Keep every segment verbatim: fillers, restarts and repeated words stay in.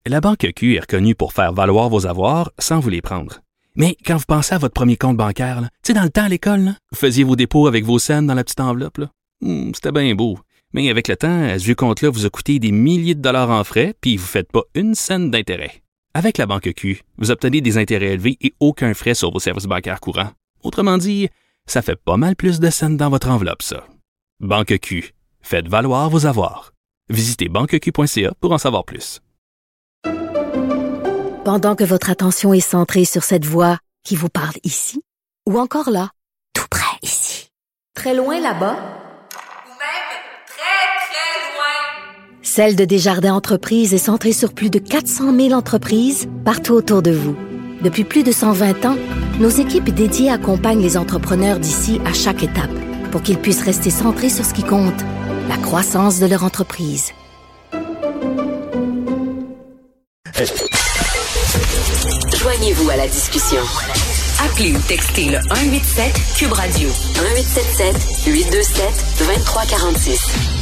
La Banque Q est reconnue pour faire valoir vos avoirs sans vous les prendre. Mais quand vous pensez à votre premier compte bancaire, tu sais, dans le temps à l'école, là, vous faisiez vos dépôts avec vos scènes dans la petite enveloppe. Là. Hum, c'était bien beau. Mais avec le temps, à ce vieux compte-là vous a coûté des milliers de dollars en frais, puis vous ne faites pas une scène d'intérêt. Avec la Banque Q, vous obtenez des intérêts élevés et aucun frais sur vos services bancaires courants. Autrement dit, ça fait pas mal plus de scènes dans votre enveloppe, ça. Banque Q. Faites valoir vos avoirs. Visitez banque q point c a pour en savoir plus. Pendant que votre attention est centrée sur cette voix qui vous parle ici, ou encore là, tout près ici, très loin là-bas, ou même très, très loin, Celle de Desjardins Entreprises est centrée sur plus de quatre cent mille entreprises partout autour de vous. Depuis plus de cent vingt ans, nos équipes dédiées accompagnent les entrepreneurs d'ici à chaque étape pour qu'ils puissent rester centrés sur ce qui compte, la croissance de leur entreprise. Joignez-vous à la discussion. Appelez ou textez le un huit sept Cube Radio. un huit sept sept huit deux sept deux trois quatre six.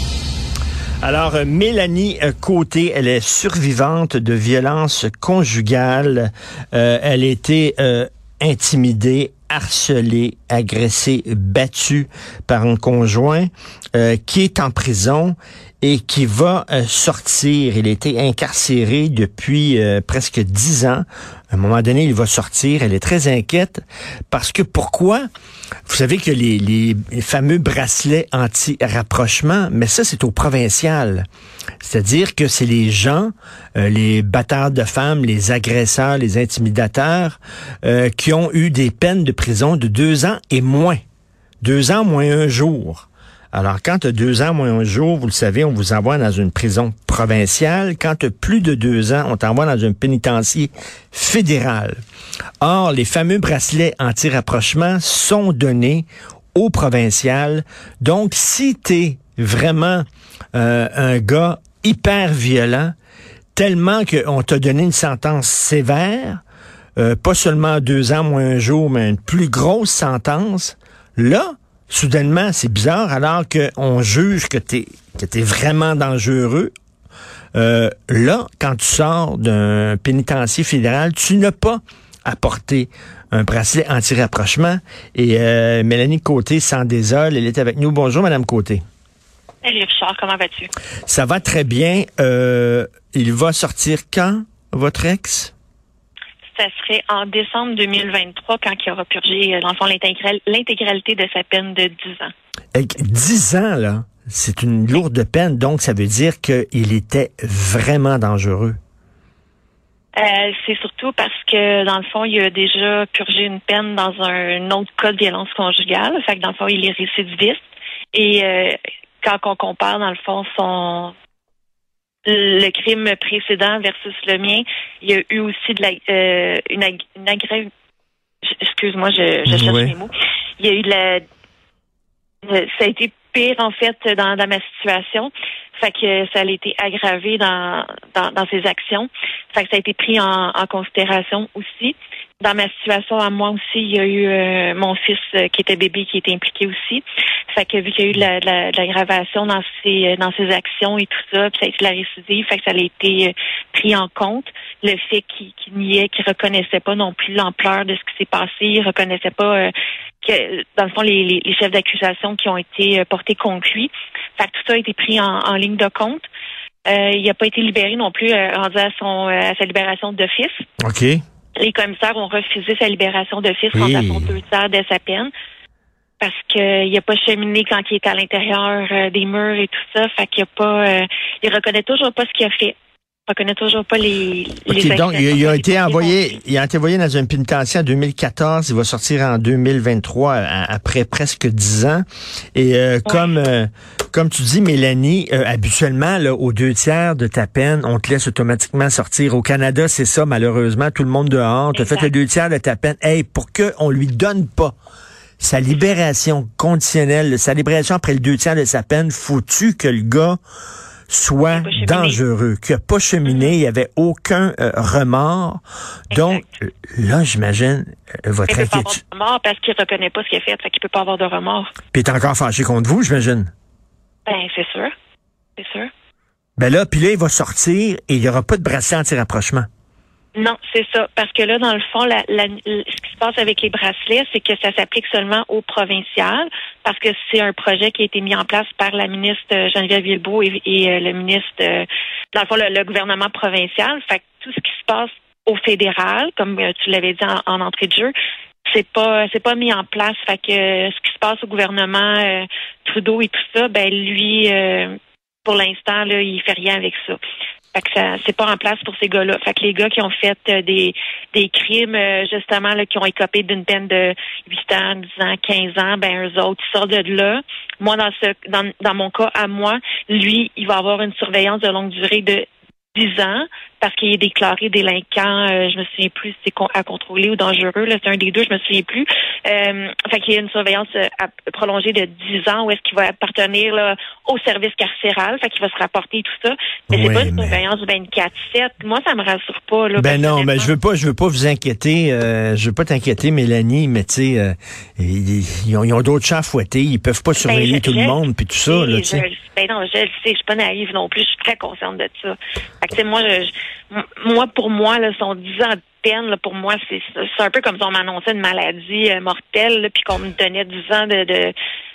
Alors, Mélanie Côté, elle est survivante de violences conjugales. Euh, elle a été euh, intimidée, harcelée, agressée, battue par un conjoint euh, qui est en prison et qui va euh, sortir. Il a été incarcéré depuis euh, presque dix ans. À un moment donné, il va sortir. Elle est très inquiète parce que pourquoi? Vous savez que les, les, les fameux bracelets anti-rapprochement, mais ça, c'est au provincial. C'est-à-dire que c'est les gens, euh, les batteurs de femmes, les agresseurs, les intimidateurs, euh, qui ont eu des peines de prison de deux ans et moins. Deux ans moins un jour. Alors, quand tu as deux ans moins un jour, vous le savez, on vous envoie dans une prison provinciale. Quand tu as plus de deux ans, on t'envoie dans un pénitencier fédéral. Or, les fameux bracelets anti-rapprochement sont donnés au provincial. Donc, si tu es vraiment euh, un gars hyper violent, tellement qu'on t'a donné une sentence sévère, euh, pas seulement deux ans moins un jour, mais une plus grosse sentence, là, soudainement, c'est bizarre, alors qu'on juge que t'es que t'es vraiment dangereux. Euh, là, quand tu sors d'un pénitencier fédéral, tu n'as pas à porter un bracelet anti-rapprochement. Et euh, Mélanie Côté s'en désole. Elle est avec nous. Bonjour, Madame Côté. Salut Richard, comment vas-tu? Ça va très bien. Euh, il va sortir quand, votre ex? Ça serait en décembre deux mille vingt-trois quand il aura purgé, dans le fond, l'intégral, l'intégralité de sa peine de dix ans. Et dix ans, là, c'est une lourde peine, donc ça veut dire qu'il était vraiment dangereux. Euh, c'est surtout parce que, dans le fond, il a déjà purgé une peine dans un autre cas de violence conjugale. Fait que, dans le fond, il est récidiviste. Et euh, quand on compare, dans le fond, son... le crime précédent versus le mien, il y a eu aussi de la, euh, une, ag- une aggrave... Excuse-moi, je, je cherche oui. mes mots. Il y a eu de la... Ça a été pire, en fait, dans, dans ma situation. Fait que ça a été aggravé dans, dans, dans ses actions. Fait que ça a été pris en, en considération aussi. Dans ma situation à moi aussi, il y a eu euh, mon fils euh, qui était bébé qui était impliqué aussi. Fait que vu qu'il y a eu de, la, de, la, de l'aggravation dans ses dans ses actions et tout ça, puis ça a été de la récidive, fait que ça a été euh, pris en compte. Le fait qu'il, qu'il niait, qu'il reconnaissait pas non plus l'ampleur de ce qui s'est passé, il reconnaissait pas euh, que dans le fond les, les, les chefs d'accusation qui ont été euh, portés contre lui. Fait que tout ça a été pris en, en ligne de compte. Euh, il n'a pas été libéré non plus, euh, rendu à son euh, à sa libération d'office. OK. Les commissaires ont refusé sa libération d'office Oui. rendu à son deux tiers de sa peine parce qu'il n'a pas cheminé quand il était à l'intérieur euh, des murs et tout ça. Fait qu'il a pas, euh, il reconnaît toujours pas ce qu'il a fait. Il reconnaît toujours pas les. OK, les donc il, il a été envoyé, contre. il a été envoyé dans un pénitencier en deux mille quatorze. Il va sortir en deux mille vingt-trois à, après presque dix ans. Et euh, ouais. comme euh, comme tu dis, Mélanie, euh, habituellement, là, aux deux tiers de ta peine, on te laisse automatiquement sortir. Au Canada, c'est ça, malheureusement, tout le monde dehors. Tu as fait les deux tiers de ta peine. Hey, pour que on lui donne pas sa libération conditionnelle, sa libération après le deux tiers de sa peine, faut-tu que le gars soit dangereux, qu'il n'a pas cheminé, il n'y avait aucun euh, remords. Donc, exact. Là, j'imagine, euh, votre inquiétude. Il ne peut pas avoir inquiétude... de remords parce qu'il ne reconnaît pas ce qu'il a fait, fait qu'il ne peut pas avoir de remords. Puis il est encore fâché contre vous, j'imagine? Ben, c'est sûr. C'est sûr. Ben là, puis là, il va sortir et il n'y aura pas de bracelet anti-rapprochement. Non, c'est ça. Parce que là, dans le fond, la, la, ce qui se passe avec les bracelets, c'est que ça s'applique seulement aux provinciales, parce que c'est un projet qui a été mis en place par la ministre Geneviève Guilbeault et, et euh, le ministre, euh, dans le fond, le, le gouvernement provincial. Fait que tout ce qui se passe au fédéral, comme euh, tu l'avais dit en, en entrée de jeu, c'est pas c'est pas mis en place. Fait que euh, ce qui se passe au gouvernement euh, Trudeau et tout ça, ben lui, euh, pour l'instant, là, il fait rien avec ça. Fait que ça, c'est pas en place pour ces gars-là. Fait que les gars qui ont fait euh, des des crimes, euh, justement, là, qui ont écopé d'une peine de huit ans, dix ans, quinze ans, ben eux autres, ils sortent de là. Moi, dans ce dans, dans mon cas, à moi, lui, il va avoir une surveillance de longue durée de dix ans parce qu'il est déclaré délinquant, euh, je me souviens plus si c'est con- à contrôler ou dangereux, là, c'est un des deux, je me souviens plus. Euh, fait qu'il y a une surveillance euh, à, prolongée de dix ans où est-ce qu'il va appartenir là, au service carcéral, fait qu'il va se rapporter et tout ça. Mais Oui, c'est pas une mais... surveillance vingt-quatre sept. Moi, ça me rassure pas. Là, ben non, mais je veux pas, je veux pas vous inquiéter, euh, je veux pas t'inquiéter, Mélanie, mais tu sais, euh, ils, ils ont, ils ont d'autres chats à fouetter, ils peuvent pas surveiller ben, je, tout je, le monde puis tout ça, là, tu sais. Ben non, je le sais, je suis pas naïve non plus, je suis très consciente de ça. Fait que tu sais, moi, je, je, moi, pour moi, là, son dix ans de peine, là, pour moi, c'est, c'est un peu comme si on m'annonçait une maladie euh, mortelle, là, puis qu'on me donnait dix ans de, de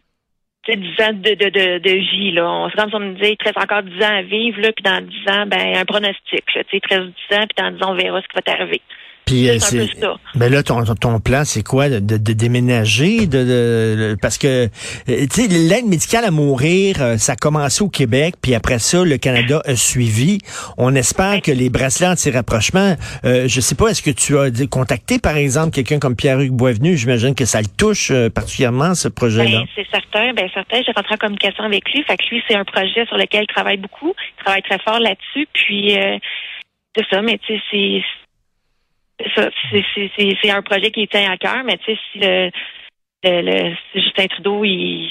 dix ans de, de, de, de vie, là. C'est comme si on me disait, il te reste encore dix ans à vivre, là, puis dans dix ans, ben, un pronostic, là. Tu sais, il te reste dix ans, puis dans dix ans, on verra ce qui va t'arriver. Puis c'est, c'est, un peu ça. Ben là, ton, ton plan, c'est quoi? De, de, de déménager? De, de, de parce que, tu sais, l'aide médicale à mourir, ça a commencé au Québec, puis après ça, le Canada a suivi. On espère que les bracelets anti-rapprochement, euh, je sais pas, est-ce que tu as contacté, par exemple, quelqu'un comme Pierre-Hugues Boisvenu? J'imagine que ça le touche euh, particulièrement, ce projet-là. Ben, c'est certain, ben certain. J'ai rentré en communication avec lui. Fait que lui, c'est un projet sur lequel il travaille beaucoup. Il travaille très fort là-dessus. Puis, euh, c'est ça, mais tu sais, c'est... C'est ça, c'est, c'est, c'est, c'est un projet qui tient à cœur, mais tu sais, si le, le, le si Justin Trudeau, il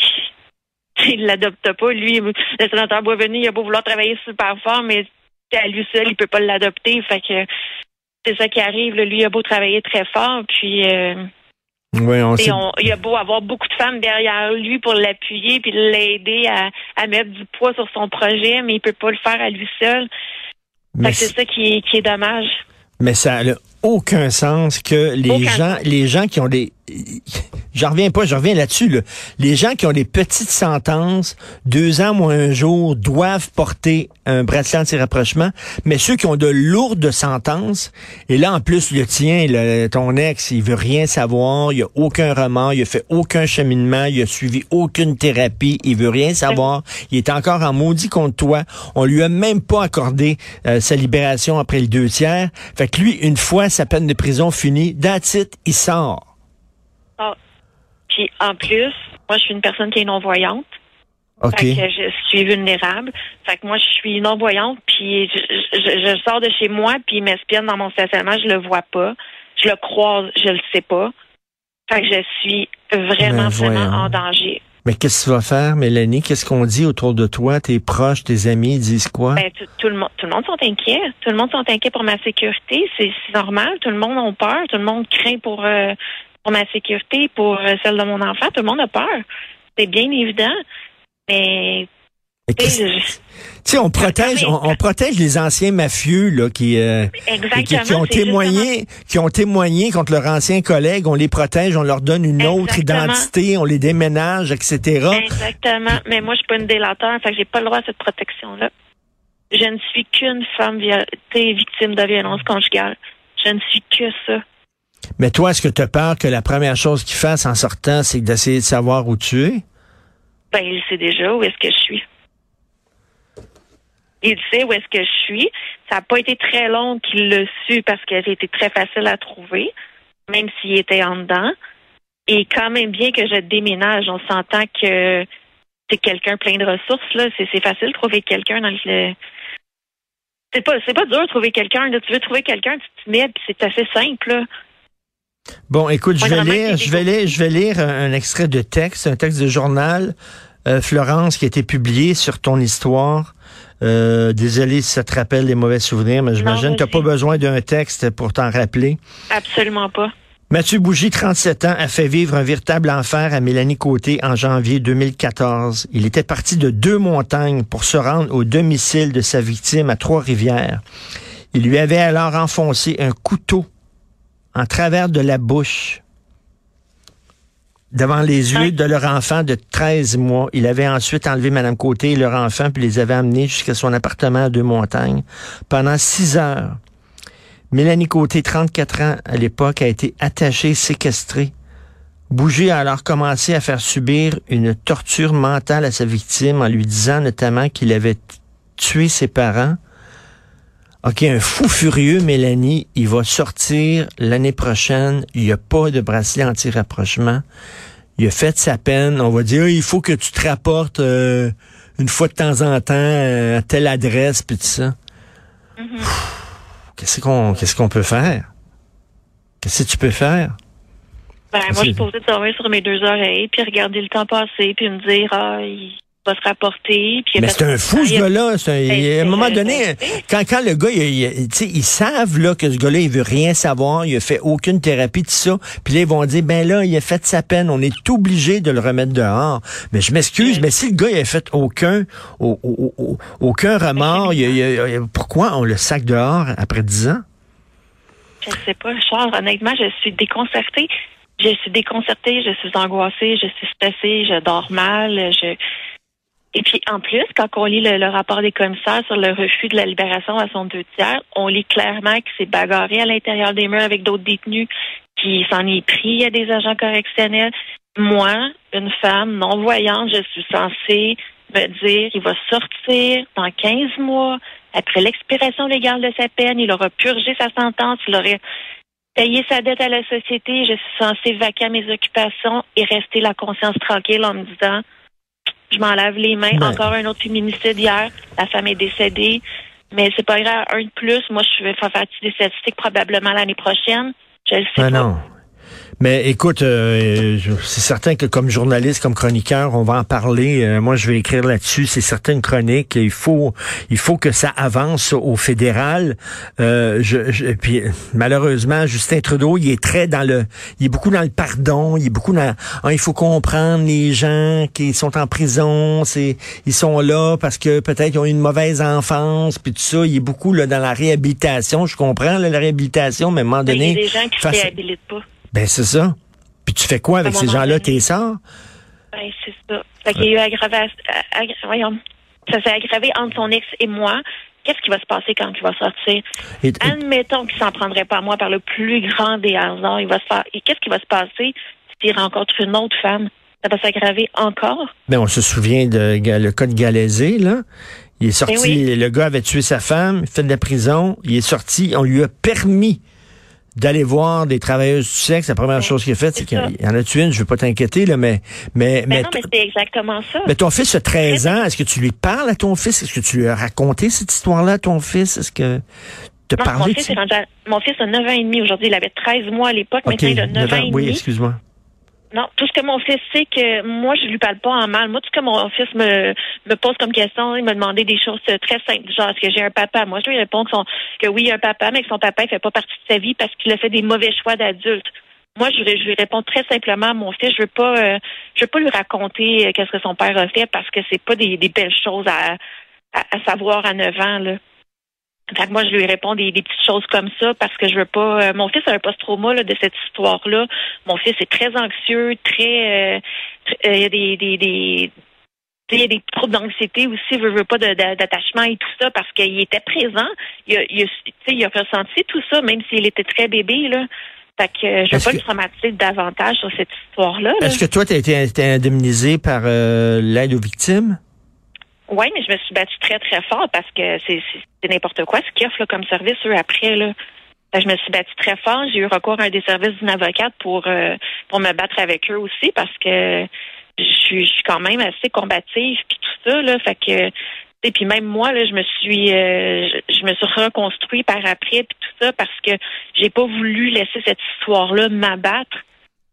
il l'adopte pas, lui, le sénateur Boisvenu, il a beau vouloir travailler super fort, mais à lui seul, il peut pas l'adopter. Fait que c'est ça qui arrive. Là. Lui, il a beau travailler très fort, puis euh, oui, on sait. On, il a beau avoir beaucoup de femmes derrière lui pour l'appuyer puis l'aider à, à mettre du poids sur son projet, mais il peut pas le faire à lui seul. Fait que c'est, c'est ça qui est, qui est dommage. Mais ça n'a aucun sens que les aucun gens, sens. les gens qui ont des, j'en reviens pas, je reviens là-dessus, là. Les gens qui ont des petites sentences, deux ans ou un jour, doivent porter un bracelet anti-rapprochement, mais ceux qui ont de lourdes sentences, et là, en plus, le tien, le, ton ex, il veut rien savoir, il a aucun remords, il a fait aucun cheminement, il a suivi aucune thérapie, il veut rien savoir, il est encore en maudit contre toi, on lui a même pas accordé euh, sa libération après le deux tiers, fait que lui, une fois sa peine de prison finie, that's it, il sort. Ah. Puis en plus, moi je suis une personne qui est non-voyante. OK. Fait que je suis vulnérable. Fait que moi je suis non-voyante, puis je, je, je sors de chez moi, puis il m'espionne dans mon stationnement, je le vois pas. Je le croise, je le sais pas. Fait que je suis vraiment, vraiment en danger. Mais qu'est-ce que tu vas faire, Mélanie? Qu'est-ce qu'on dit autour de toi? Tes proches, tes amis disent quoi? Ben, tout, tout le monde, tout le monde sont inquiets. Tout le monde sont inquiets pour ma sécurité. C'est, c'est normal. Tout le monde a peur. Tout le monde craint pour, euh, pour ma sécurité, pour euh, celle de mon enfant. Tout le monde a peur. C'est bien évident. Mais tu sais, on protège, on, on protège les anciens mafieux là qui, euh, qui, qui ont témoigné, justement... qui ont témoigné contre leurs anciens collègues. On les protège, on leur donne une Exactement. autre identité, on les déménage, et cetera. Exactement. Mais moi, je suis pas une délateur, fait que j'ai pas le droit à cette protection-là. Je ne suis qu'une femme viol... victime de violence conjugale. Je ne suis que ça. Mais toi, est-ce que tu as peur que la première chose qu'il fasse en sortant, c'est d'essayer de savoir où tu es? Ben, il sait déjà où est-ce que je suis. Il sait où est-ce que je suis. Ça n'a pas été très long qu'il l'a su parce que j'ai été très facile à trouver, même s'il était en dedans. Et quand même bien que je déménage, on s'entend que c'est quelqu'un plein de ressources, là. C'est, c'est facile de trouver quelqu'un dans le... C'est pas, c'est pas dur de trouver quelqu'un, là. Tu veux trouver quelqu'un, tu te mets, puis c'est assez simple, là. Bon, écoute, je vais lire, je vais lire, je vais lire un, un extrait de texte, un texte de journal, euh, Florence, qui a été publié sur ton histoire. Euh, désolé si ça te rappelle des mauvais souvenirs, mais j'imagine que tu n'as pas besoin d'un texte pour t'en rappeler. Absolument pas. Mathieu Bougie, trente-sept ans, a fait vivre un véritable enfer à Mélanie Côté en janvier deux mille quatorze. Il était parti de deux montagnes pour se rendre au domicile de sa victime à Trois-Rivières. Il lui avait alors enfoncé un couteau en travers de la bouche devant les yeux de leur enfant de treize mois. Il avait ensuite enlevé Mme Côté et leur enfant puis les avait amenés jusqu'à son appartement à Deux-Montagnes. Pendant six heures, Mélanie Côté, trente-quatre ans à l'époque, a été attachée, séquestrée. Bougie a alors commencé à faire subir une torture mentale à sa victime en lui disant notamment qu'il avait tué ses parents. OK, un fou furieux, Mélanie, il va sortir l'année prochaine. Il n'y a pas de bracelet anti-rapprochement. Il a fait sa peine. On va dire, il faut que tu te rapportes euh, une fois de temps en temps euh, à telle adresse, puis tout ça. Mm-hmm. Qu'est-ce qu'on, qu'est-ce qu'on peut faire? Qu'est-ce que tu peux faire? Ben, moi, je suis posée de dormir sur mes deux oreilles, puis regarder le temps passer, puis me dire, ah, il va se rapporter. Puis mais c'est un fou, ce gars-là. C'est un, il, à un moment donné, quand, quand le gars, il, il, ils savent là, que ce gars-là, il veut rien savoir, il a fait aucune thérapie, tout ça, puis là, ils vont dire, ben là, il a fait sa peine, on est obligé de le remettre dehors. Mais je m'excuse, oui. mais si le gars, il a fait aucun au, au, au, aucun remords, il, il, il, pourquoi on le sac dehors après dix ans? Je sais pas, Charles, honnêtement, je suis déconcertée. Je suis déconcertée, je suis angoissée, je suis stressée, je dors mal, je... Et puis, en plus, quand on lit le, le rapport des commissaires sur le refus de la libération à son deux tiers, on lit clairement qu'il s'est bagarré à l'intérieur des murs avec d'autres détenus, qu'il s'en est pris à des agents correctionnels. Moi, une femme non-voyante, je suis censée me dire, il va sortir dans quinze mois, après l'expiration légale de sa peine, il aura purgé sa sentence, il aurait payé sa dette à la société, je suis censée vaquer à mes occupations et rester la conscience tranquille en me disant, je m'en lave les mains. Ben. Encore un autre féminicide hier. La femme est décédée. Mais c'est pas grave. Un de plus. Moi, je vais faire partie des statistiques probablement l'année prochaine. Je le sais ben pas. Non. Mais écoute, euh, c'est certain que comme journaliste, comme chroniqueur, on va en parler. Euh, moi, je vais écrire là-dessus. C'est certaines chroniques. Il faut, il faut que ça avance au fédéral. Euh, je, je, puis malheureusement, Justin Trudeau, il est très dans le, il est beaucoup dans le pardon. Il est beaucoup dans, hein, il faut comprendre les gens qui sont en prison. C'est, ils sont là parce que peut-être ils ont eu une mauvaise enfance, puis tout ça. Il est beaucoup là dans la réhabilitation. Je comprends là, la réhabilitation, mais à un moment donné, il y a des gens qui ne face... réhabilitent pas. Ben, c'est ça. Puis tu fais quoi avec ces gens-là, tes sœurs? Ben, c'est ça. Fait qu'il y a eu aggravation. Aggra... Voyons. Ça s'est aggravé entre son ex et moi. Qu'est-ce qui va se passer quand il va sortir? Et, et... Admettons qu'il s'en prendrait pas à moi par le plus grand des hasards. Il va se faire... Et qu'est-ce qui va se passer s'il rencontre une autre femme? Ça va s'aggraver encore? Ben, on se souvient de le cas de Galaisé, là. Il est sorti, oui. Le gars avait tué sa femme, il fait de la prison, il est sorti, on lui a permis d'aller voir des travailleuses du sexe. La première ouais, chose qu'il a faite, c'est, c'est qu'il y en a tué une, je veux pas t'inquiéter, là, mais... mais, ben mais non, mais c'est exactement ça. Mais ton fils a treize ans, est-ce que tu lui parles à ton fils? Est-ce que tu lui as raconté cette histoire-là à ton fils? Est-ce que tu as parlé mon fils, de... rendu à... mon fils a neuf ans et demi aujourd'hui. Il avait treize mois à l'époque, okay, maintenant il a neuf ans et demi. Oui, excuse-moi. Non, tout ce que mon fils sait, que moi, je lui parle pas en mal. Moi, tout ce que mon fils me me pose comme question, il m'a demandé des choses très simples, genre, est-ce que j'ai un papa? Moi, je lui réponds que, son, que oui, il a un papa, mais que son papa, il fait pas partie de sa vie parce qu'il a fait des mauvais choix d'adulte. Moi, je, je lui réponds très simplement à mon fils. Je veux pas, euh, je veux pas lui raconter qu'est-ce que son père a fait parce que c'est pas des, des belles choses à, à, à savoir à neuf ans, là. Fait que moi, je lui réponds des, des petites choses comme ça parce que je veux pas... Euh, mon fils a un post-trauma là, de cette histoire-là. Mon fils est très anxieux, très... Il euh, y a des... des, des il y a des troubles d'anxiété aussi, je veux pas de, de, d'attachement et tout ça parce qu'il était présent. Il a, il, a, il a ressenti tout ça, même s'il était très bébé, là. Fait que euh, je veux Est-ce pas que... le traumatiser davantage sur cette histoire-là. Là. Est-ce que toi, tu as été, été indemnisé par euh, l'aide aux victimes? Oui, mais je me suis battue très, très fort parce que c'est, c'est, c'est n'importe quoi ce qu'ils offrent là, comme service, eux, après. Là. Je me suis battue très fort. J'ai eu recours à un des services d'une avocate pour euh, pour me battre avec eux aussi parce que je suis, je suis quand même assez combative puis tout ça. Là, fait que, et puis même moi, là, je me suis euh, je, je me suis reconstruit par après puis tout ça parce que j'ai pas voulu laisser cette histoire-là m'abattre.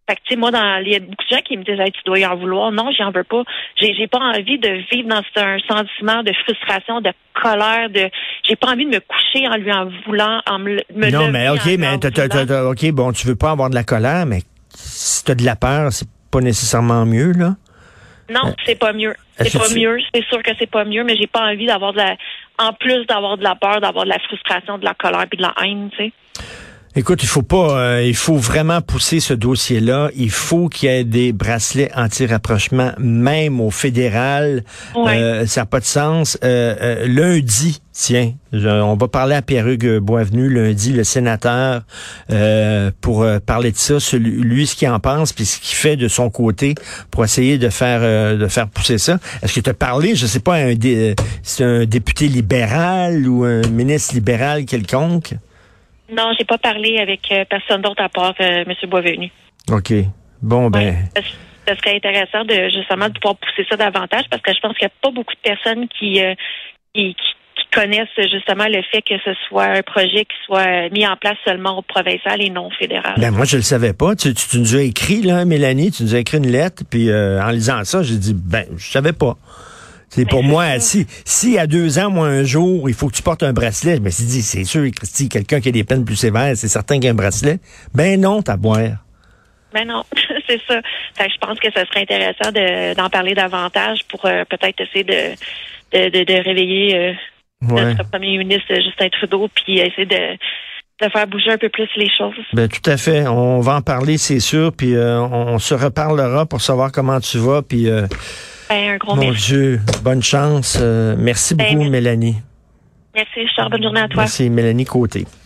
Fait que, tu sais, moi, dans, il y a beaucoup de gens qui me disent, hey, tu dois y en vouloir. Non, j'en veux pas. J'ai, j'ai pas envie de vivre dans un sentiment de frustration, de colère, de, j'ai pas envie de me coucher en lui en voulant, en me, me Non, mais OK, mais t'as, t'as, t'as, t'as, OK, bon, tu veux pas avoir de la colère, mais si t'as de la peur, c'est pas nécessairement mieux, là? Non, euh, c'est pas mieux. C'est pas tu... mieux. C'est sûr que c'est pas mieux, mais j'ai pas envie d'avoir de la, en plus d'avoir de la peur, d'avoir de la frustration, de la colère puis de la haine, tu sais. Écoute, il faut pas, euh, il faut vraiment pousser ce dossier-là. Il faut qu'il y ait des bracelets anti-rapprochement, même au fédéral. Ouais. Euh, ça n'a pas de sens. Euh, euh, lundi, tiens, je, on va parler à Pierre-Hugues Boisvenu lundi, le sénateur, euh, pour euh, parler de ça, celui, lui, ce qu'il en pense, puis ce qu'il fait de son côté pour essayer de faire euh, de faire pousser ça. Est-ce que tu as parlé, je sais pas, un dé, c'est un député libéral ou un ministre libéral quelconque? Non, j'ai pas parlé avec euh, personne d'autre à part euh, M. Boisvenu. OK. Bon, ben... Ouais, ça serait intéressant de justement de pouvoir pousser ça davantage parce que je pense qu'il n'y a pas beaucoup de personnes qui, euh, qui, qui, qui connaissent justement le fait que ce soit un projet qui soit mis en place seulement au provincial et non au fédéral. Ben moi, je le savais pas. Tu, tu, tu nous as écrit, là, Mélanie, tu nous as écrit une lettre, puis euh, en lisant ça, j'ai dit, ben, je savais pas. C'est pour moi, si, si à deux ans, moi, un jour, il faut que tu portes un bracelet, je me suis dit, c'est sûr, Christy, quelqu'un qui a des peines plus sévères, c'est certain qu'il y a un bracelet. Ben non, t'as à boire. Ben non, c'est ça. Fait que je pense que ce serait intéressant de, d'en parler davantage pour euh, peut-être essayer de, de, de, de réveiller euh, ouais. notre premier ministre Justin Trudeau, puis essayer de, de faire bouger un peu plus les choses. Ben tout à fait. On va en parler, c'est sûr, puis euh, on, on se reparlera pour savoir comment tu vas, puis... Euh, Ben, un gros Mon merci. Dieu, bonne chance. Euh, merci beaucoup, ben, Mélanie. Merci, Richard. Bonne journée à toi. Merci, Mélanie Côté.